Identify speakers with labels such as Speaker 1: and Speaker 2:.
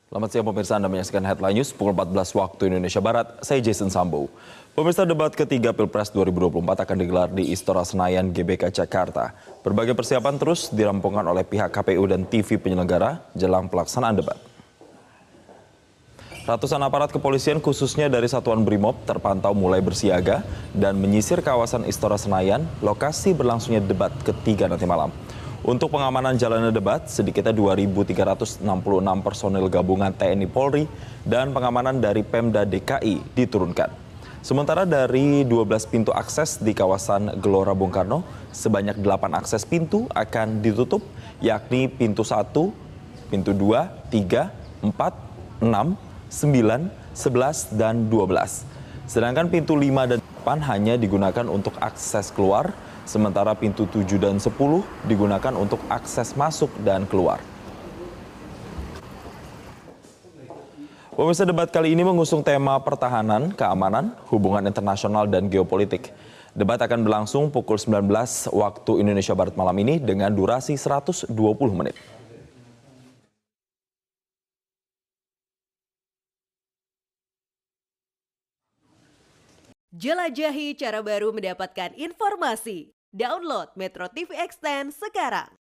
Speaker 1: Selamat siang pemirsa, Anda menyaksikan Headline News pukul 14 waktu Indonesia Barat. Saya Jason Sambo. Pemirsa, debat ketiga Pilpres 2024 akan digelar di Istora Senayan GBK Jakarta. Berbagai persiapan terus dirampungkan oleh pihak KPU dan TV penyelenggara jelang pelaksanaan debat. Ratusan aparat kepolisian khususnya dari Satuan Brimob terpantau mulai bersiaga dan menyisir kawasan Istora Senayan, lokasi berlangsungnya debat ketiga nanti malam. Untuk pengamanan jalannya debat, sedikitnya 2.366 personil gabungan TNI Polri dan pengamanan dari Pemda DKI diturunkan. Sementara dari 12 pintu akses di kawasan Gelora Bung Karno, sebanyak 8 akses pintu akan ditutup, yakni pintu 1, pintu 2, 3, 4, 6, 9, 11, dan 12. Sedangkan pintu 5 dan 8 hanya digunakan untuk akses keluar, sementara pintu 7 dan 10 digunakan untuk akses masuk dan keluar. Pemirsa, debat kali ini mengusung tema pertahanan, keamanan, hubungan internasional, dan geopolitik. Debat akan berlangsung pukul 19 waktu Indonesia Barat malam ini dengan durasi 120 menit.
Speaker 2: Jelajahi cara baru mendapatkan informasi. Download Metro TV Extend sekarang.